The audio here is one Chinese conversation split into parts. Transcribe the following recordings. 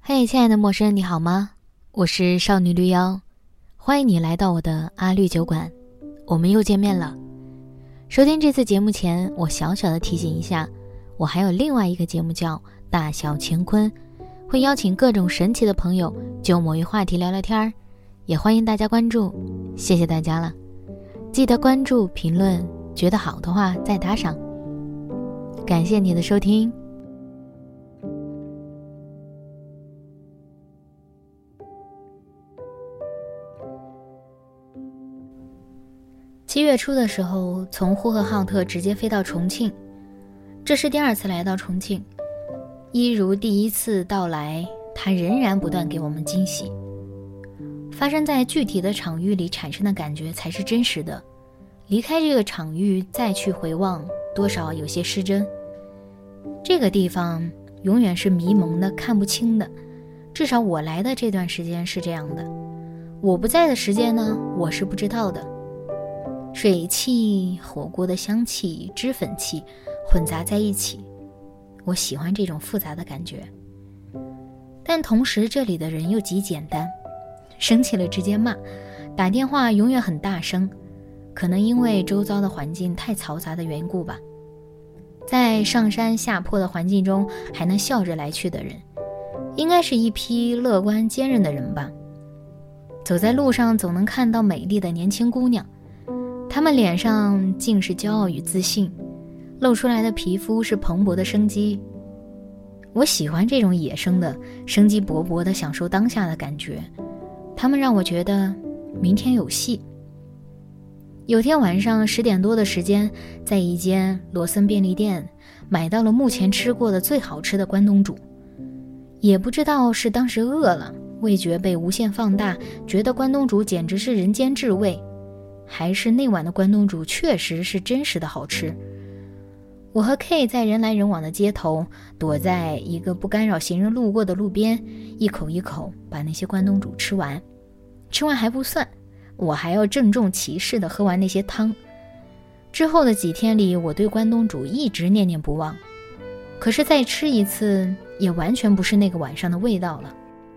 嘿，亲爱的陌生人，你好吗？我是少女绿妖，欢迎你来到我的阿绿酒馆，我们又见面了。收听这次节目前，我小小的提醒一下，我还有另外一个节目叫大小乾坤，会邀请各种神奇的朋友就某一话题聊聊天，也欢迎大家关注，谢谢大家了。记得关注评论，觉得好的话再打赏。感谢你的收听。7月初的时候，从呼和浩特直接飞到重庆，这是第2次来到重庆，一如第1次到来，它仍然不断给我们惊喜。发生在具体的场域里产生的感觉才是真实的，离开这个场域再去回望，多少有些失真。这个地方永远是迷蒙的，看不清的，至少我来的这段时间是这样的。我不在的时间呢，我是不知道的。水汽、火锅的香气、脂粉气混杂在一起，我喜欢这种复杂的感觉。但同时这里的人又极简单，生气了直接骂，打电话永远很大声，可能因为周遭的环境太嘈杂的缘故吧。在上山下坡的环境中还能笑着来去的人，应该是一批乐观坚韧的人吧。走在路上总能看到美丽的年轻姑娘，她们脸上尽是骄傲与自信，露出来的皮肤是蓬勃的生机。我喜欢这种野生的生机勃勃的享受当下的感觉，她们让我觉得明天有戏。有天晚上10点多的时间，在一间罗森便利店买到了目前吃过的最好吃的关东煮。也不知道是当时饿了，味觉被无限放大，觉得关东煮简直是人间至味，还是那碗的关东煮确实是真实的好吃。我和 K 在人来人往的街头，躲在一个不干扰行人路过的路边，一口一口把那些关东煮吃完。吃完还不算，我还要郑重其事地喝完那些汤。之后的几天里，我对关东煮一直念念不忘，可是再吃一次也完全不是那个晚上的味道了。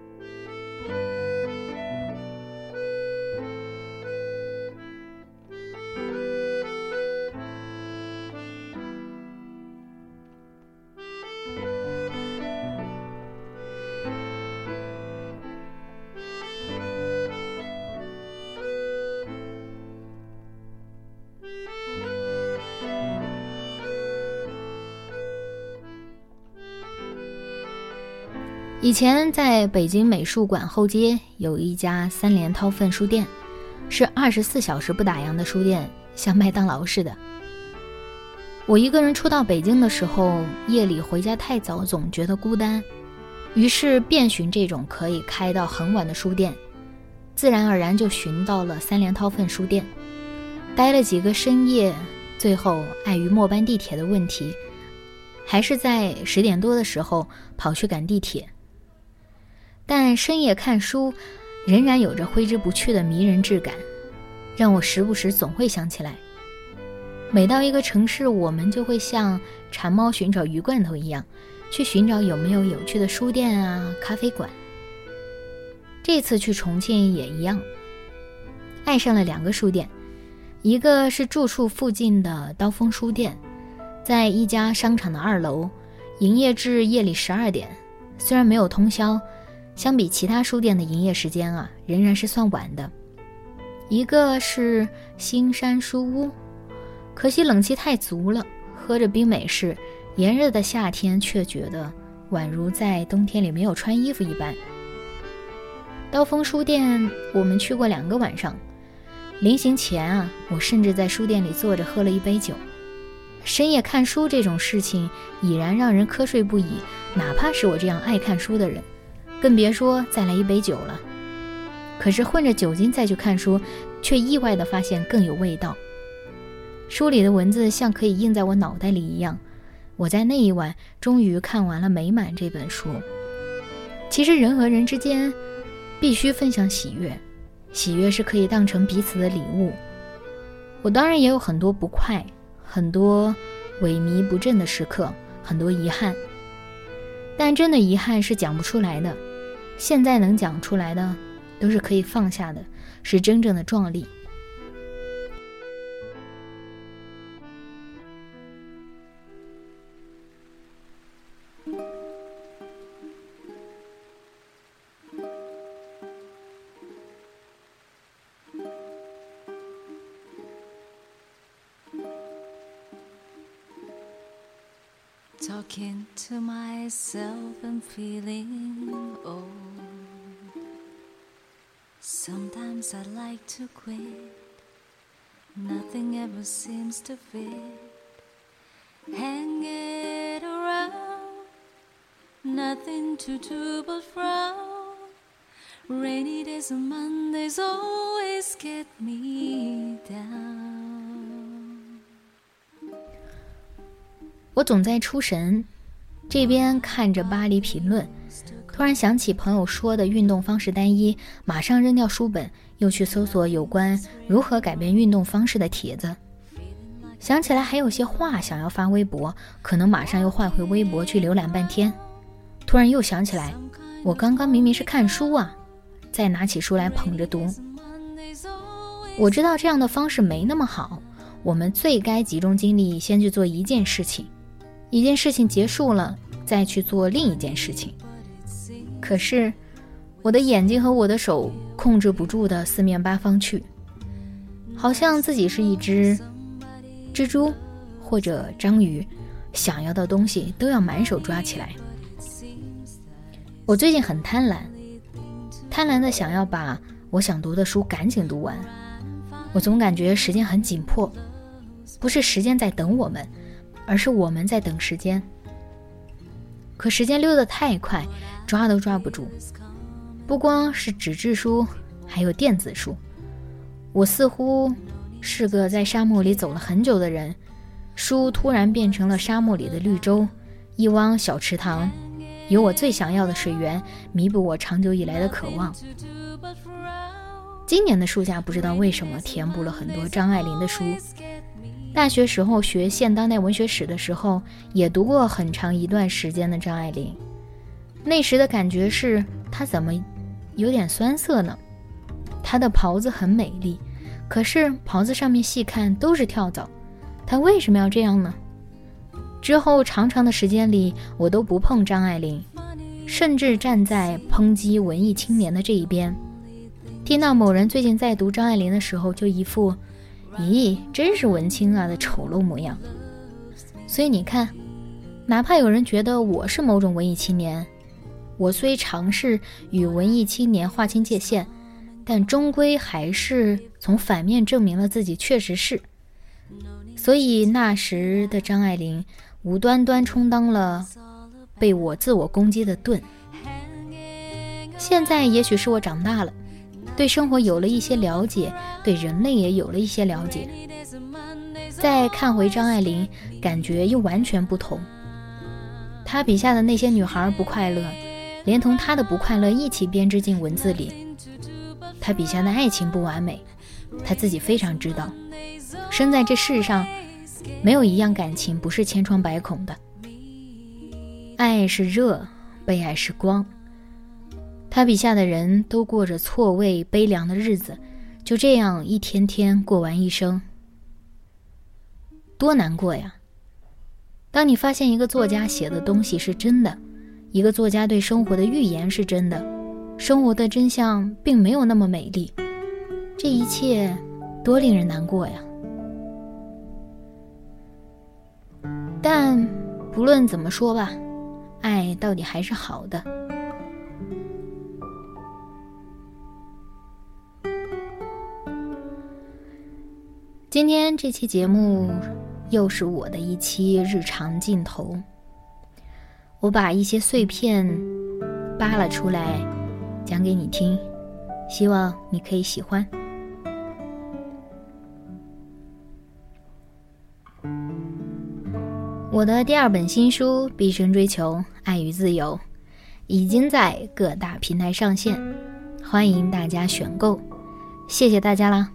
以前在北京美术馆后街有一家3联韬奋书店，是24小时不打烊的书店，像麦当劳似的。我一个人初到北京的时候，夜里回家太早总觉得孤单，于是遍寻这种可以开到很晚的书店，自然而然就寻到了3联韬奋书店。待了几个深夜，最后碍于末班地铁的问题，还是在10点多的时候跑去赶地铁。但深夜看书仍然有着挥之不去的迷人质感，让我时不时总会想起来。每到一个城市，我们就会像馋猫寻找鱼罐头一样，去寻找有没有有趣的书店啊、咖啡馆。这次去重庆也一样，爱上了2个书店，一个是住处附近的刀锋书店，在一家商场的2楼，营业至夜里12点，虽然没有通宵，相比其他书店的营业时间啊，仍然是算晚的。一个是新山书屋，可惜冷气太足了，喝着冰美式，炎热的夏天却觉得宛如在冬天里没有穿衣服一般。刀锋书店我们去过2个晚上，临行前啊，我甚至在书店里坐着喝了1杯酒。深夜看书这种事情已然让人瞌睡不已，哪怕是我这样爱看书的人，更别说再来1杯酒了。可是混着酒精再去看书，却意外地发现更有味道。书里的文字像可以印在我脑袋里一样，我在那一晚终于看完了美满这本书。其实人和人之间必须分享喜悦，喜悦是可以当成彼此的礼物。我当然也有很多不快，很多萎靡不振的时刻，很多遗憾，但真的遗憾是讲不出来的， 现在能讲出来的都是可以放下的，是真正的壮丽。 Talking to myself and feeling old. Sometimes I like to quit. Nothing ever seems to fit. Hang it around. Nothing to do but frown. Rainy days and Mondays always get me down. 我总在出神，这边看着巴黎评论，突然想起朋友说的运动方式单一，马上扔掉书本，又去搜索有关如何改变运动方式的帖子。想起来还有些话想要发微博，可能马上又换回微博去浏览半天。突然又想起来，我刚刚明明是看书啊，再拿起书来捧着读。我知道这样的方式没那么好，我们最该集中精力先去做一件事情，一件事情结束了再去做另一件事情。可是我的眼睛和我的手控制不住的四面八方去，好像自己是一只蜘蛛或者章鱼，想要的东西都要满手抓起来。我最近很贪婪的想要把我想读的书赶紧读完。我总感觉时间很紧迫，不是时间在等我们，而是我们在等时间。可时间溜得太快，抓都抓不住。不光是纸质书，还有电子书。我似乎是个在沙漠里走了很久的人，书突然变成了沙漠里的绿洲，一汪小池塘，有我最想要的水源，弥补我长久以来的渴望。今年的书架不知道为什么填补了很多张爱玲的书。大学时候学现当代文学史的时候，也读过很长一段时间的张爱玲。那时的感觉是，她怎么有点酸涩呢？她的袍子很美丽，可是袍子上面细看都是跳蚤，她为什么要这样呢？之后长长的时间里，我都不碰张爱玲，甚至站在抨击文艺青年的这一边。听到某人最近在读张爱玲的时候，就一副咦，真是文青啊的丑陋模样。所以你看，哪怕有人觉得我是某种文艺青年，我虽尝试与文艺青年划清界限，但终归还是从反面证明了自己确实是。所以那时的张爱玲无端端充当了被我自我攻击的盾。现在也许是我长大了，对生活有了一些了解，对人类也有了一些了解。再看回张爱玲，感觉又完全不同。她笔下的那些女孩不快乐，连同她的不快乐一起编织进文字里。她笔下的爱情不完美，她自己非常知道。生在这世上，没有一样感情不是千疮百孔的。爱是热，被爱是光。他笔下的人都过着错位悲凉的日子，就这样一天天过完一生，多难过呀！当你发现一个作家写的东西是真的，一个作家对生活的预言是真的，生活的真相并没有那么美丽，这一切多令人难过呀！但不论怎么说吧，爱到底还是好的。今天这期节目又是我的一期日常镜头，我把一些碎片扒了出来讲给你听，希望你可以喜欢。我的第二本新书《毕生追求爱与自由》已经在各大平台上线，欢迎大家选购，谢谢大家啦。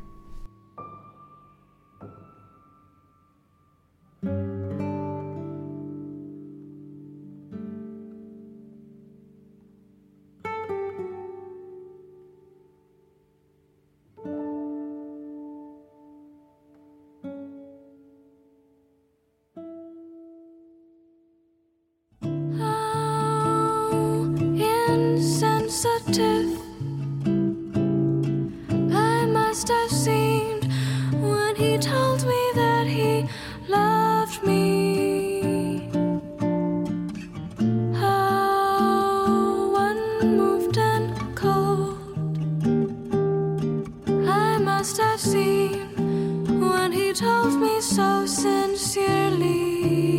sensitive. I must have seemed when he told me that he loved me. How unmoved and cold I must have seemed when he told me so sincerely.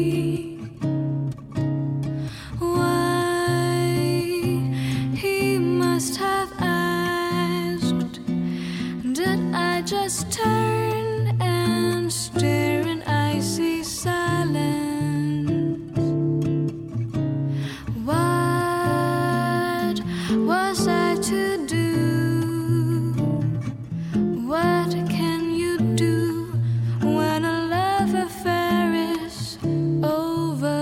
Just turn and stare in icy silence. What was I to do? What can you do when a love affair is over?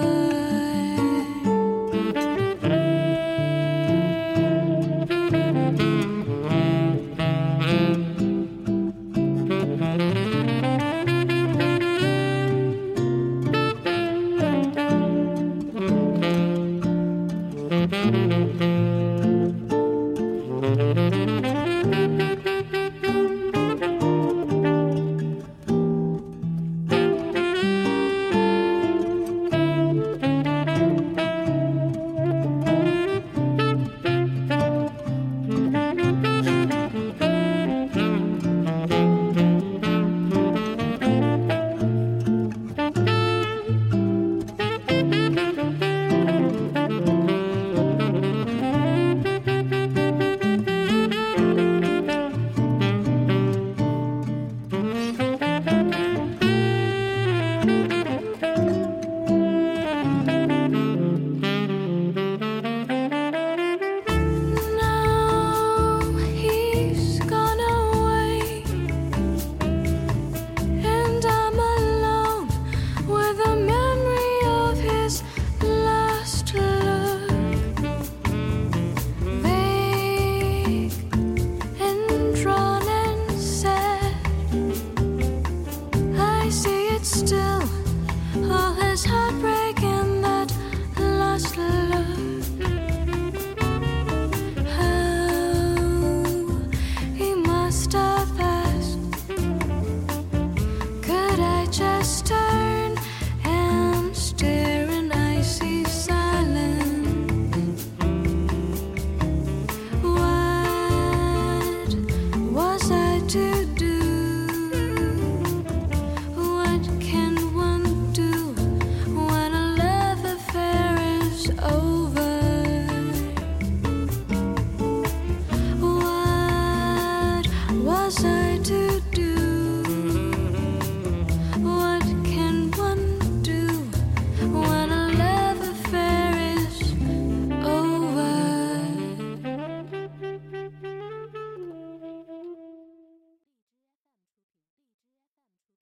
Was I